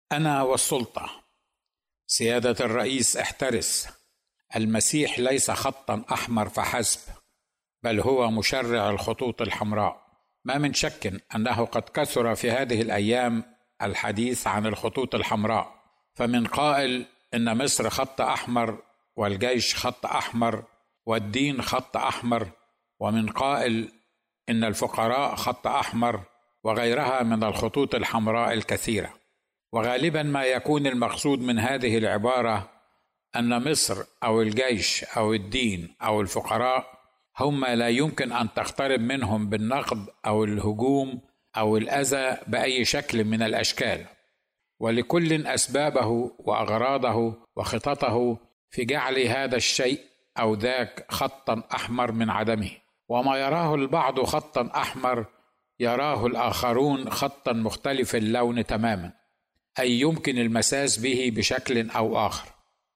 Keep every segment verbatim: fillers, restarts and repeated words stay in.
أنا والسلطة. سيادة الرئيس احترس، المسيح ليس خطا أحمر فحسب، بل هو مشرع الخطوط الحمراء. ما من شك أنه قد كثر في هذه الأيام الحديث عن الخطوط الحمراء، فمن قائل إن مصر خط أحمر والجيش خط أحمر والدين خط أحمر، ومن قائل إن الفقراء خط أحمر، وغيرها من الخطوط الحمراء الكثيرة. وغالبا ما يكون المقصود من هذه العبارة أن مصر أو الجيش أو الدين أو الفقراء هم لا يمكن أن تقترب منهم بالنقد أو الهجوم أو الأذى بأي شكل من الأشكال، ولكل أسبابه وأغراضه وخططه في جعل هذا الشيء أو ذاك خطا أحمر من عدمه. وما يراه البعض خطا أحمر يراه الآخرون خطا مختلف اللون تماما، أي يمكن المساس به بشكل أو آخر.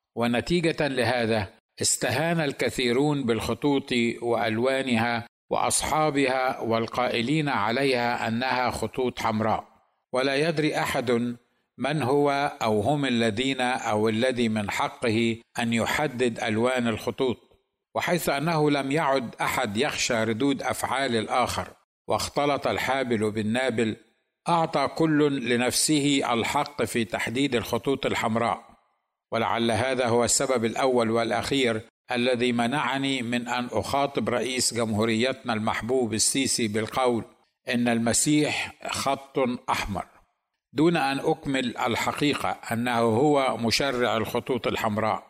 ونتيجة لهذا استهان الكثيرون بالخطوط وألوانها وأصحابها والقائلين عليها أنها خطوط حمراء، ولا يدري أحد من هو أو هم الذين أو الذي من حقه أن يحدد ألوان الخطوط. وحيث أنه لم يعد أحد يخشى ردود أفعال الآخر واختلط الحابل بالنابل، أعطى كل لنفسه الحق في تحديد الخطوط الحمراء. ولعل هذا هو السبب الأول والأخير الذي منعني من أن أخاطب رئيس جمهوريتنا المحبوب السيسي بالقول إن المسيح خط أحمر، دون أن أكمل الحقيقة أنه هو مشرع الخطوط الحمراء.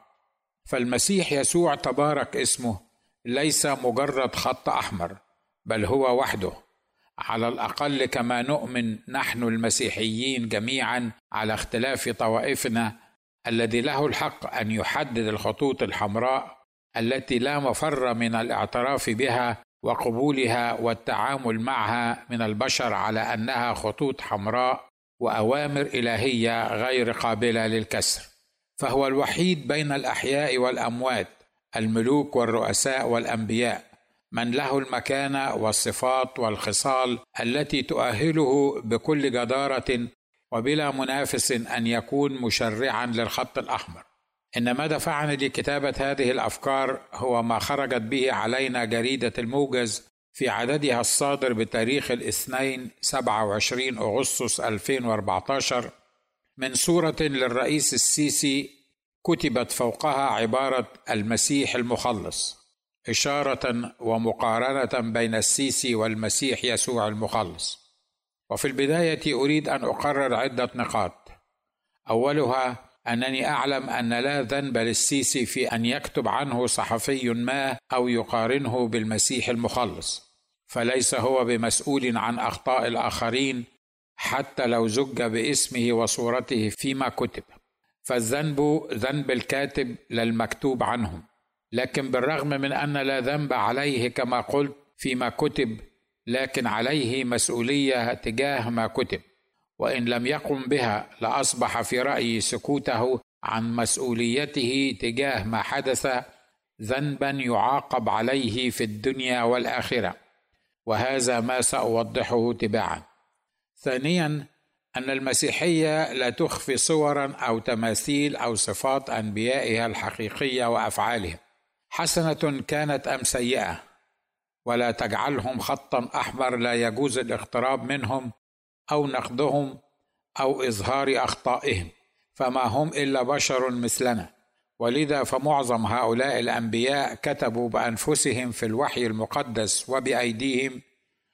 فالمسيح يسوع تبارك اسمه ليس مجرد خط أحمر، بل هو وحده، على الأقل كما نؤمن نحن المسيحيين جميعا على اختلاف طوائفنا، الذي له الحق أن يحدد الخطوط الحمراء التي لا مفر من الاعتراف بها وقبولها والتعامل معها من البشر على أنها خطوط حمراء وأوامر إلهية غير قابلة للكسر. فهو الوحيد بين الأحياء والأموات، الملوك والرؤساء والأنبياء، من له المكانة والصفات والخصال التي تؤهله بكل جدارة وبلا منافس أن يكون مشرعا للخط الأحمر. إن ما دفعني لكتابة هذه الأفكار هو ما خرجت به علينا جريدة الموجز في عددها الصادر بتاريخ الاثنين سبعة وعشرين أغسطس ألفين وأربعة عشر من صورة للرئيس السيسي كتبت فوقها عبارة المسيح المخلص، إشارة ومقارنة بين السيسي والمسيح يسوع المخلص. وفي البداية أريد أن أقرر عدة نقاط. أولها أنني أعلم أن لا ذنب للسيسي في أن يكتب عنه صحفي ما أو يقارنه بالمسيح المخلص، فليس هو بمسؤول عن أخطاء الآخرين حتى لو زج باسمه وصورته فيما كتب، فالذنب ذنب الكاتب للمكتوب عنهم. لكن بالرغم من أن لا ذنب عليه كما قلت فيما كتب، لكن عليه مسؤولية تجاه ما كتب، وإن لم يقم بها لأصبح في رأيي سكوته عن مسؤوليته تجاه ما حدث ذنبا يعاقب عليه في الدنيا والآخرة، وهذا ما سأوضحه تباعا. ثانيا، أن المسيحية لا تخفي صورا أو تماثيل أو صفات أنبيائها الحقيقية وأفعالهم، حسنة كانت أم سيئة، ولا تجعلهم خطا أحمر لا يجوز الاقتراب منهم أو نقدهم أو إظهار أخطائهم، فما هم إلا بشر مثلنا. ولذا فمعظم هؤلاء الأنبياء كتبوا بأنفسهم في الوحي المقدس وبأيديهم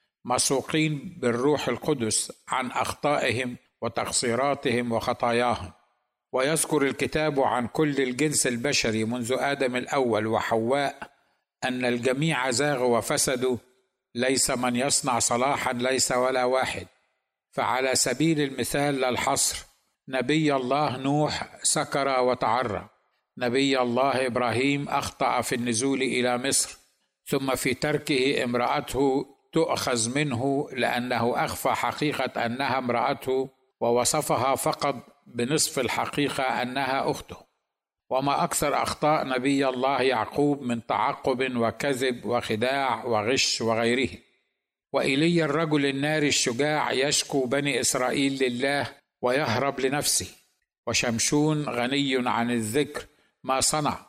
مسوقين بالروح القدس عن أخطائهم وتقصيراتهم وخطاياهم. ويذكر الكتاب عن كل الجنس البشري منذ آدم الأول وحواء أن الجميع زاغوا وفسدوا، ليس من يصنع صلاحا ليس ولا واحد. فعلى سبيل المثال للحصر، نبي الله نوح سكر وتعرى، نبي الله إبراهيم أخطأ في النزول إلى مصر، ثم في تركه امرأته تؤخذ منه لأنه أخفى حقيقة أنها امرأته ووصفها فقط بنصف الحقيقة أنها أخته. وما أكثر أخطاء نبي الله يعقوب من تعقب وكذب وخداع وغش وغيره. وإيليا الرجل الناري الشجاع يشكو بني إسرائيل لله ويهرب لنفسه، وشمشون غني عن الذكر ما صنع،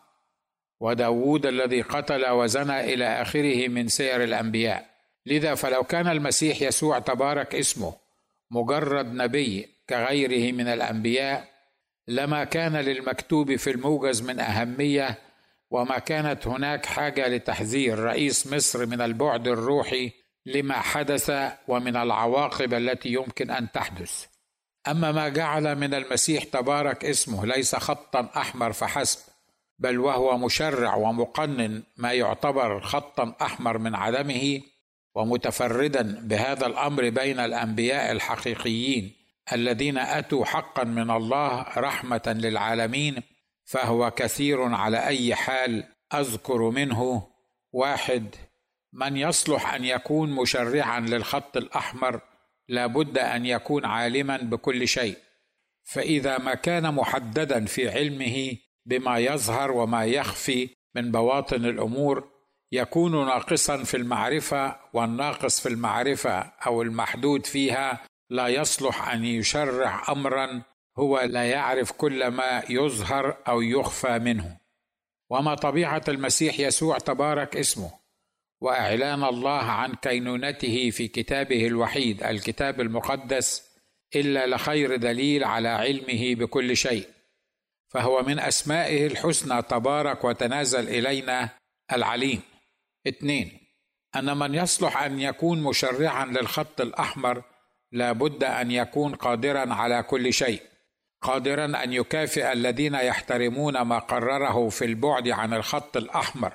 وداود الذي قتل وزنى إلى آخره من سير الأنبياء. لذا فلو كان المسيح يسوع تبارك اسمه مجرد نبي كغيره من الأنبياء، لما كان للمكتوب في الموجز من أهمية، وما كانت هناك حاجة لتحذير رئيس مصر من البعد الروحي لما حدث ومن العواقب التي يمكن أن تحدث. أما ما جعل من المسيح تبارك اسمه ليس خطا أحمر فحسب، بل وهو مشرع ومقنن ما يعتبر خطا أحمر من عدمه، ومتفردا بهذا الأمر بين الأنبياء الحقيقيين الذين أتوا حقا من الله رحمة للعالمين، فهو كثير على أي حال. أذكر منه: واحد، من يصلح أن يكون مشرعا للخط الأحمر لابد أن يكون عالما بكل شيء، فإذا ما كان محددا في علمه بما يظهر وما يخفي من بواطن الأمور يكون ناقصا في المعرفة، والناقص في المعرفة أو المحدود فيها لا يصلح أن يشرع أمرا هو لا يعرف كل ما يظهر أو يخفى منه. وما طبيعة المسيح يسوع تبارك اسمه وإعلان الله عن كينونته في كتابه الوحيد الكتاب المقدس إلا لخير دليل على علمه بكل شيء، فهو من أسمائه الحسنى تبارك وتنازل إلينا العليم. اثنين، أن من يصلح أن يكون مشرعا للخط الأحمر لابد أن يكون قادرا على كل شيء، قادرا أن يكافئ الذين يحترمون ما قرره في البعد عن الخط الأحمر،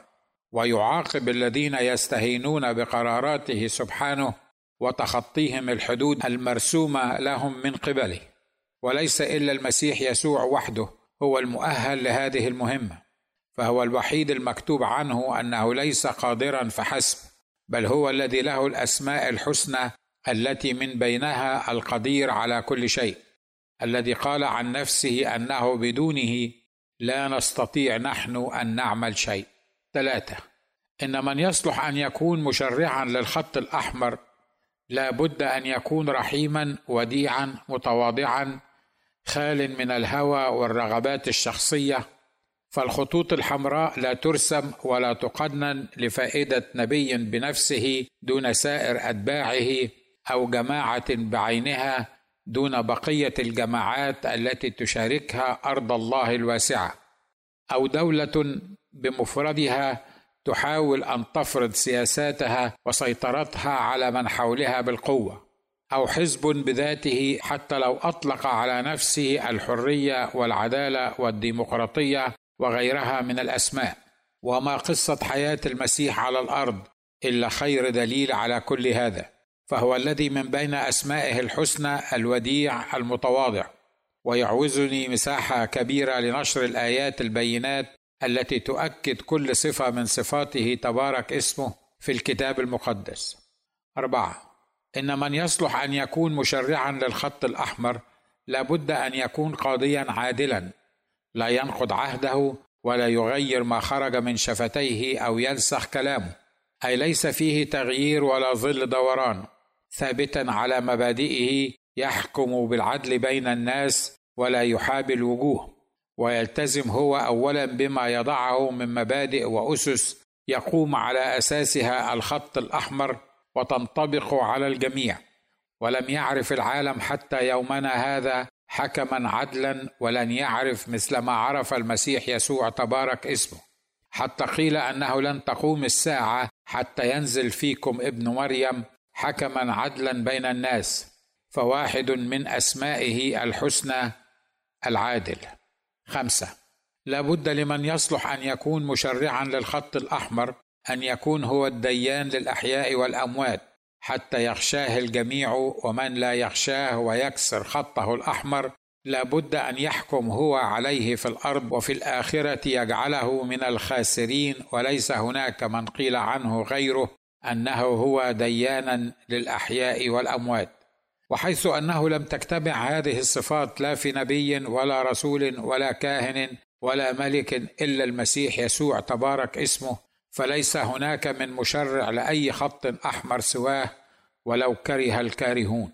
ويعاقب الذين يستهينون بقراراته سبحانه وتخطيهم الحدود المرسومة لهم من قبله. وليس إلا المسيح يسوع وحده هو المؤهل لهذه المهمة، فهو الوحيد المكتوب عنه أنه ليس قادرا فحسب، بل هو الذي له الأسماء الحسنى التي من بينها القدير على كل شيء، الذي قال عن نفسه أنه بدونه لا نستطيع نحن أن نعمل شيء. ثلاثة، إن من يصلح أن يكون مشرعا للخط الأحمر لا بد أن يكون رحيما وديعا متواضعا خال من الهوى والرغبات الشخصية، فالخطوط الحمراء لا ترسم ولا تقنن لفائدة نبي بنفسه دون سائر أتباعه، أو جماعة بعينها دون بقية الجماعات التي تشاركها أرض الله الواسعة، أو دولة بمفردها تحاول أن تفرض سياساتها وسيطرتها على من حولها بالقوة، أو حزب بذاته حتى لو أطلق على نفسه الحرية والعدالة والديمقراطية وغيرها من الأسماء. وما قصة حياة المسيح على الأرض إلا خير دليل على كل هذا، فهو الذي من بين أسمائه الحسنى الوديع المتواضع. ويعوزني مساحة كبيرة لنشر الآيات البينات التي تؤكد كل صفة من صفاته تبارك اسمه في الكتاب المقدس. أربعة، إن من يصلح أن يكون مشرعا للخط الأحمر لابد أن يكون قاضيا عادلا، لا ينقض عهده ولا يغير ما خرج من شفتيه أو ينسخ كلامه، أي ليس فيه تغيير ولا ظل دوران، ثابتا على مبادئه، يحكم بالعدل بين الناس ولا يحابي الوجوه، ويلتزم هو أولا بما يضعه من مبادئ وأسس يقوم على أساسها الخط الأحمر وتنطبق على الجميع. ولم يعرف العالم حتى يومنا هذا حكما عدلا، ولن يعرف مثل ما عرف المسيح يسوع تبارك اسمه، حتى قيل أنه لن تقوم الساعة حتى ينزل فيكم ابن مريم حكما عدلا بين الناس، فواحد من أسمائه الحسنى العادل. خمسة، لابد لمن يصلح أن يكون مشرعا للخط الأحمر أن يكون هو الديان للأحياء والأموات حتى يخشاه الجميع، ومن لا يخشاه ويكسر خطه الأحمر لابد أن يحكم هو عليه في الأرض، وفي الآخرة يجعله من الخاسرين، وليس هناك من قيل عنه غيره أنه هو ديانا للأحياء والأموات. وحيث أنه لم تجتمع هذه الصفات لا في نبي ولا رسول ولا كاهن ولا ملك إلا المسيح يسوع تبارك اسمه، فليس هناك من مشرع لأي خط أحمر سواه ولو كره الكارهون.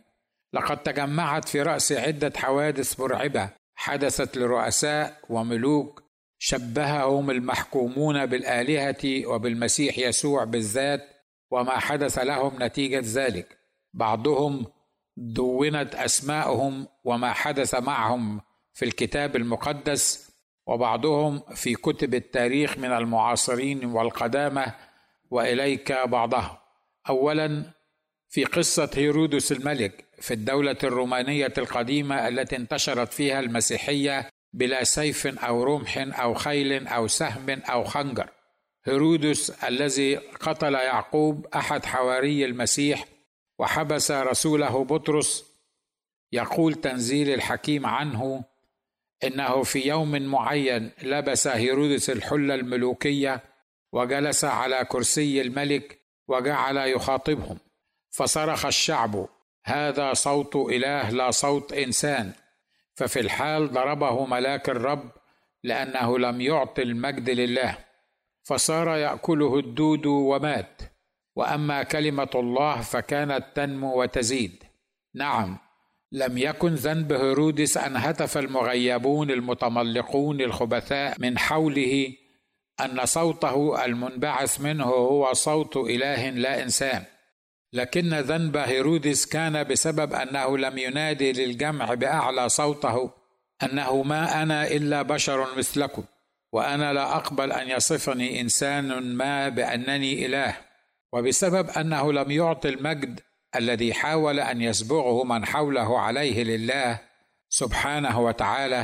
لقد تجمعت في رأس عدة حوادث مرعبة حدثت لرؤساء وملوك شبههم المحكومون بالآلهة وبالمسيح يسوع بالذات وما حدث لهم نتيجة ذلك. بعضهم دونت أسماءهم وما حدث معهم في الكتاب المقدس، وبعضهم في كتب التاريخ من المعاصرين والقدامى، وإليك بعضها. أولا، في قصة هيرودس الملك في الدولة الرومانية القديمة التي انتشرت فيها المسيحية بلا سيف أو رمح أو خيل أو سهم أو خنجر. هيرودس الذي قتل يعقوب أحد حواري المسيح وحبس رسوله بطرس، يقول تنزيل الحكيم عنه إنه في يوم معين لبس هيرودس الحلة الملوكية وجلس على كرسي الملك وجعل يخاطبهم، فصرخ الشعب: هذا صوت إله لا صوت إنسان. ففي الحال ضربه ملاك الرب لأنه لم يعطي المجد لله، فصار يأكله الدود ومات. وأما كلمة الله فكانت تنمو وتزيد. نعم، لم يكن ذنب هيرودس أن هتف المغيبون المتملقون الخبثاء من حوله أن صوته المنبعث منه هو صوت إله لا إنسان، لكن ذنب هيرودس كان بسبب أنه لم ينادي للجمع بأعلى صوته أنه ما أنا إلا بشر مثلكم، وأنا لا أقبل أن يصفني إنسان ما بأنني إله. وبسبب أنه لم يعطي المجد الذي حاول أن يسبغه من حوله عليه لله سبحانه وتعالى،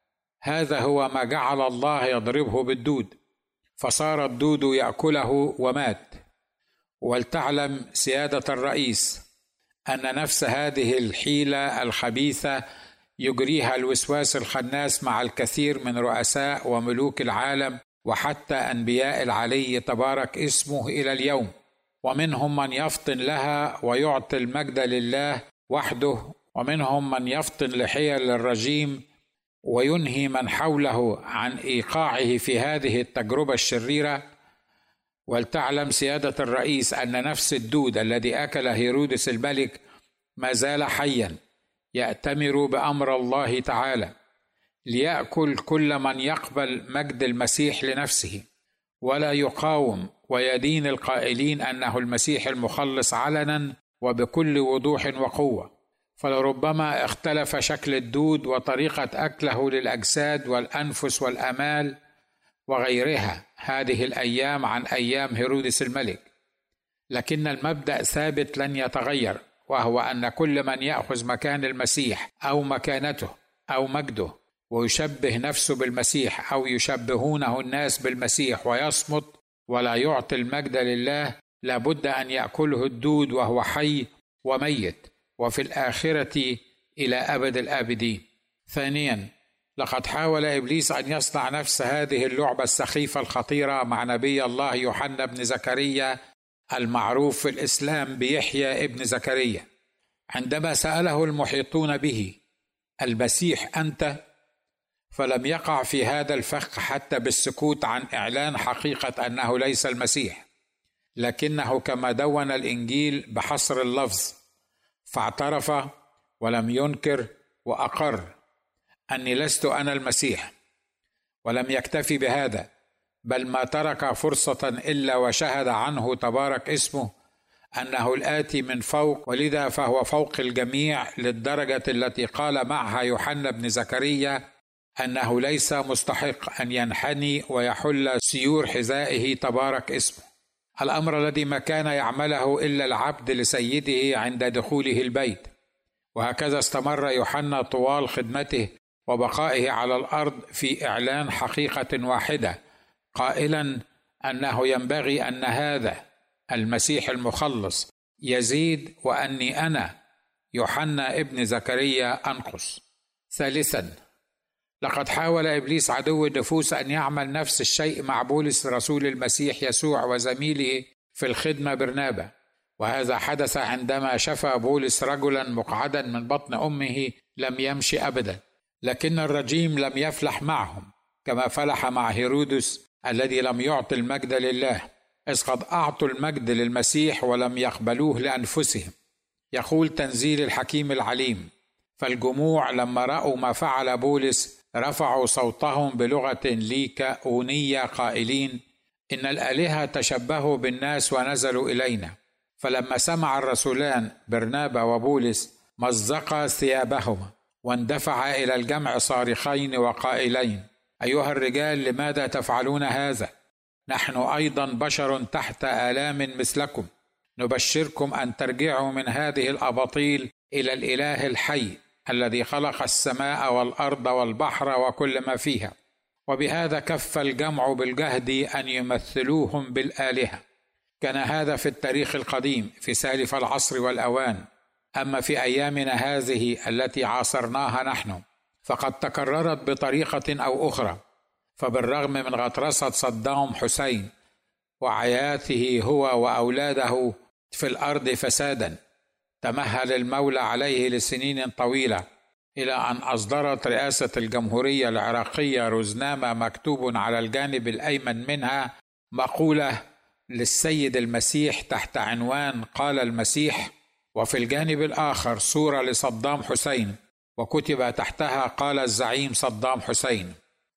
هذا هو ما جعل الله يضربه بالدود، فصار الدود يأكله ومات. ولتعلم سيادة الرئيس أن نفس هذه الحيلة الخبيثة يجريها الوسواس الخناس مع الكثير من رؤساء وملوك العالم وحتى أنبياء العلي تبارك اسمه إلى اليوم، ومنهم من يفطن لها ويعطي المجد لله وحده، ومنهم من يفطن لحيل الرجيم وينهي من حوله عن إيقاعه في هذه التجربة الشريرة. ولتعلم سيادة الرئيس أن نفس الدود الذي أكل هيرودس الملك ما زال حيا يأتمر بأمر الله تعالى ليأكل كل من يقبل مجد المسيح لنفسه ولا يقاوم ويدين القائلين أنه المسيح المخلص علنا وبكل وضوح وقوة. فلربما اختلف شكل الدود وطريقة أكله للأجساد والأنفس والآمال وغيرها هذه الأيام عن أيام هيرودس الملك، لكن المبدأ ثابت لن يتغير، وهو أن كل من يأخذ مكان المسيح أو مكانته أو مجده ويشبه نفسه بالمسيح أو يشبهونه الناس بالمسيح ويصمت ولا يعطي المجد لله لابد أن يأكله الدود وهو حي وميت وفي الآخرة إلى أبد الآبدين. ثانيا، لقد حاول إبليس أن يصنع نفس هذه اللعبة السخيفة الخطيرة مع نبي الله يوحنا بن زكريا المعروف في الإسلام بيحيى ابن زكريا، عندما سأله المحيطون به: المسيح أنت؟ فلم يقع في هذا الفخ حتى بالسكوت عن إعلان حقيقة أنه ليس المسيح، لكنه كما دون الإنجيل بحصر اللفظ، فاعترف ولم ينكر وأقر أني لست أنا المسيح. ولم يكتفي بهذا، بل ما ترك فرصة إلا وشهد عنه تبارك اسمه أنه الآتي من فوق، ولذا فهو فوق الجميع، للدرجة التي قال معها يوحنا بن زكريا أنه ليس مستحق أن ينحني ويحل سيور حذائه تبارك اسمه، الأمر الذي ما كان يعمله إلا العبد لسيده عند دخوله البيت. وهكذا استمر يوحنا طوال خدمته وبقائه على الأرض في إعلان حقيقة واحدة، قائلا أنه ينبغي أن هذا المسيح المخلص يزيد وأني أنا يوحنا ابن زكريا أنقص. ثالثا، لقد حاول إبليس عدو النفوس أن يعمل نفس الشيء مع بولس رسول المسيح يسوع وزميله في الخدمة برنابا، وهذا حدث عندما شفى بولس رجلا مقعدا من بطن أمه لم يمشي أبدا، لكن الرجيم لم يفلح معهم كما فلح مع هيرودس الذي لم يعطي المجد لله، إذ قد أعطوا المجد للمسيح ولم يقبلوه لأنفسهم. يقول تنزيل الحكيم العليم: فالجموع لما رأوا ما فعل بولس رفعوا صوتهم بلغة ليكاونية قائلين: إن الآلهة تشبهوا بالناس ونزلوا إلينا. فلما سمع الرسولان برنابا وبولس مزقا ثيابهما واندفعا إلى الجمع صارخين وقائلين: أيها الرجال، لماذا تفعلون هذا؟ نحن أيضا بشر تحت آلام مثلكم. نبشركم أن ترجعوا من هذه الأباطيل إلى الإله الحي الذي خلق السماء والأرض والبحر وكل ما فيها. وبهذا كف الجمع بالجهد أن يمثلوهم بالآلهة. كان هذا في التاريخ القديم في سالف العصر والأوان. أما في أيامنا هذه التي عاصرناها نحن فقد تكررت بطريقة أو أخرى. فبالرغم من غطرسة صدام حسين وعياته هو وأولاده في الأرض فسادا، تمهل المولى عليه لسنين طويلة إلى أن أصدرت رئاسة الجمهورية العراقية روزنامة مكتوب على الجانب الأيمن منها مقولة للسيد المسيح تحت عنوان قال المسيح، وفي الجانب الآخر صورة لصدام حسين وكتب تحتها قال الزعيم صدام حسين.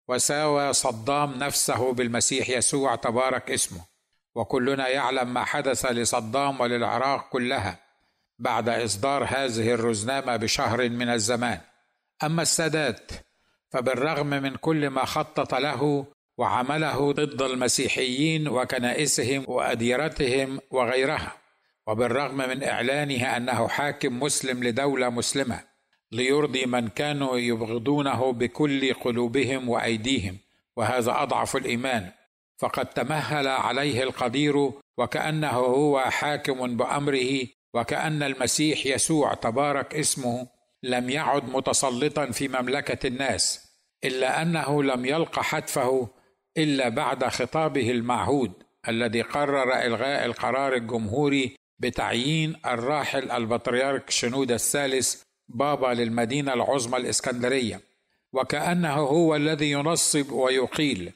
وساوى صدام نفسه بالمسيح يسوع تبارك اسمه. وكلنا يعلم ما حدث لصدام وللعراق كلها بعد إصدار هذه الرزنامة بشهر من الزمان. أما السادات فبالرغم من كل ما خطط له وعمله ضد المسيحيين وكنائسهم وأديرتهم وغيرها، وبالرغم من إعلانه أنه حاكم مسلم لدولة مسلمة ليرضي من كانوا يبغضونه بكل قلوبهم وأيديهم، وهذا أضعف الإيمان، فقد تمهل عليه القدير وكأنه هو حاكم بأمره، وكأن المسيح يسوع تبارك اسمه لم يعد متسلطا في مملكة الناس، إلا أنه لم يلق حتفه إلا بعد خطابه المعهود الذي قرر إلغاء القرار الجمهوري بتعيين الراحل البطريرك شنودة الثالث بابا للمدينة العظمى الإسكندرية، وكأنه هو الذي ينصب ويقيل،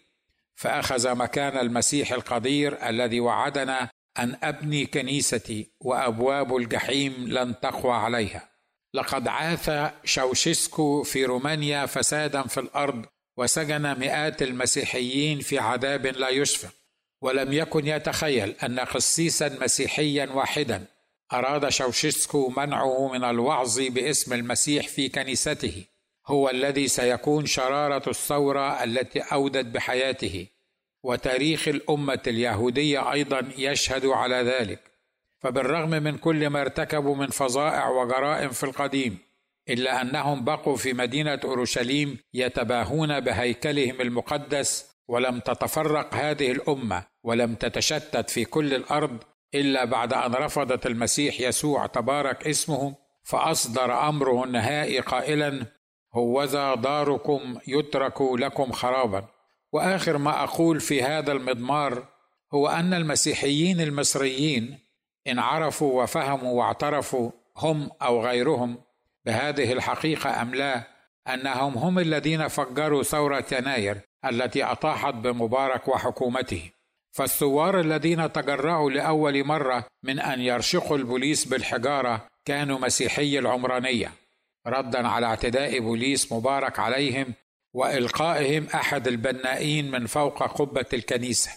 فأخذ مكان المسيح القدير الذي وعدنا أن أبني كنيستي وأبواب الجحيم لن تقوى عليها. لقد عاث شاوشسكو في رومانيا فسادا في الأرض وسجن مئات المسيحيين في عذاب لا يشفى، ولم يكن يتخيل أن قسيسا مسيحيا واحدا أراد شاوشسكو منعه من الوعظ باسم المسيح في كنيسته هو الذي سيكون شرارة الثورة التي أودت بحياته، وتاريخ الأمة اليهودية أيضا يشهد على ذلك. فبالرغم من كل ما ارتكبوا من فظائع وجرائم في القديم، إلا أنهم بقوا في مدينة أورشليم يتباهون بهيكلهم المقدس، ولم تتفرق هذه الأمة ولم تتشتت في كل الأرض إلا بعد أن رفضت المسيح يسوع تبارك اسمه، فأصدر أمره النهائي قائلا: هوذا داركم يترك لكم خرابا. وآخر ما أقول في هذا المضمار هو أن المسيحيين المصريين إن عرفوا وفهموا واعترفوا هم أو غيرهم بهذه الحقيقة أم لا، أنهم هم الذين فجروا ثورة يناير التي أطاحت بمبارك وحكومته. فالثوار الذين تجرأوا لأول مرة من أن يرشقوا البوليس بالحجارة كانوا مسيحي العمرانية، ردا على اعتداء بوليس مبارك عليهم وإلقائهم أحد البنائين من فوق قبة الكنيسة.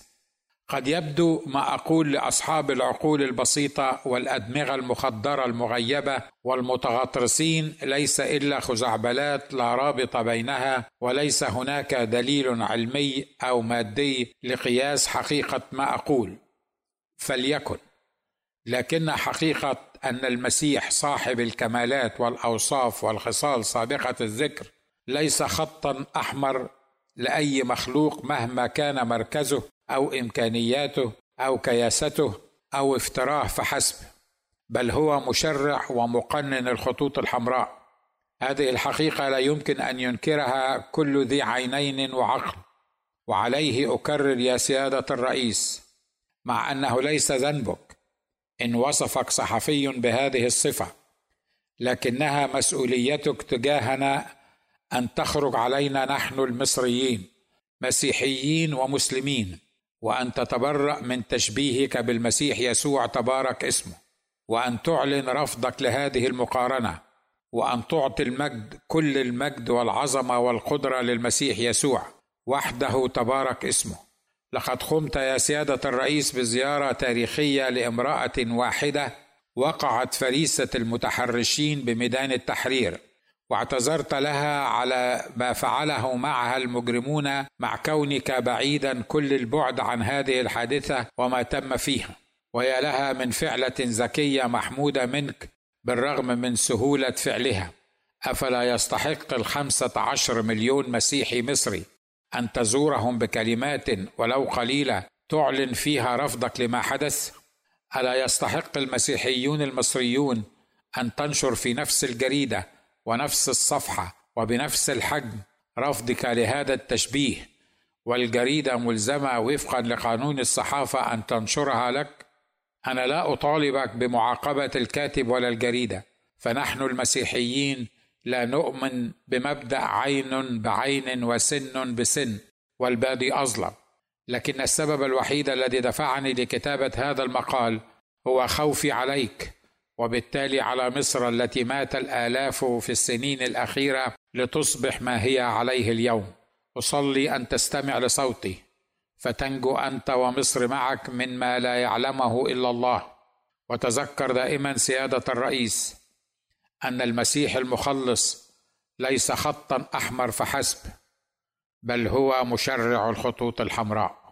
قد يبدو ما أقول لأصحاب العقول البسيطة والأدمغة المخدرة المغيبة والمتغطرسين ليس إلا خزعبلات لا رابط بينها، وليس هناك دليل علمي أو مادي لقياس حقيقة ما أقول، فليكن. لكن حقيقة أن المسيح صاحب الكمالات والأوصاف والخصال سابقة الذكر ليس خطا أحمر لأي مخلوق مهما كان مركزه أو إمكانياته أو كياسته أو افتراه فحسب، بل هو مشرع ومقنن الخطوط الحمراء. هذه الحقيقة لا يمكن أن ينكرها كل ذي عينين وعقل. وعليه أكرر يا سيادة الرئيس، مع أنه ليس ذنبك إن وصفك صحفي بهذه الصفة، لكنها مسؤوليتك تجاهنا أن تخرج علينا نحن المصريين مسيحيين ومسلمين، وأن تتبرأ من تشبيهك بالمسيح يسوع تبارك اسمه. وأن تعلن رفضك لهذه المقارنة، وأن تعطي المجد كل المجد والعظمة والقدرة للمسيح يسوع وحده تبارك اسمه. لقد قمت يا سيادة الرئيس بزيارة تاريخية لامرأة واحدة وقعت فريسة المتحرشين بميدان التحرير، واعتذرت لها على ما فعله معها المجرمون، مع كونك بعيدا كل البعد عن هذه الحادثة وما تم فيها. ويا لها من فعلة ذكية محمودة منك بالرغم من سهولة فعلها. أفلا يستحق الخمسة عشر مليون مسيحي مصري أن تزورهم بكلمات ولو قليلة تعلن فيها رفضك لما حدث؟ ألا يستحق المسيحيون المصريون أن تنشر في نفس الجريدة ونفس الصفحة وبنفس الحجم رفضك لهذا التشبيه، والجريدة ملزمة وفقا لقانون الصحافة أن تنشرها لك؟ أنا لا أطالبك بمعاقبة الكاتب ولا الجريدة، فنحن المسيحيين لا نؤمن بمبدأ عين بعين وسن بسن والبادي أظلم. لكن السبب الوحيد الذي دفعني لكتابة هذا المقال هو خوفي عليك، وبالتالي على مصر التي مات الآلاف في السنين الأخيرة لتصبح ما هي عليه اليوم. أصلي أن تستمع لصوتي فتنجو أنت ومصر معك مما لا يعلمه إلا الله. وتذكر دائما سيادة الرئيس أن المسيح المخلص ليس خطا أحمر فحسب، بل هو مشرع الخطوط الحمراء.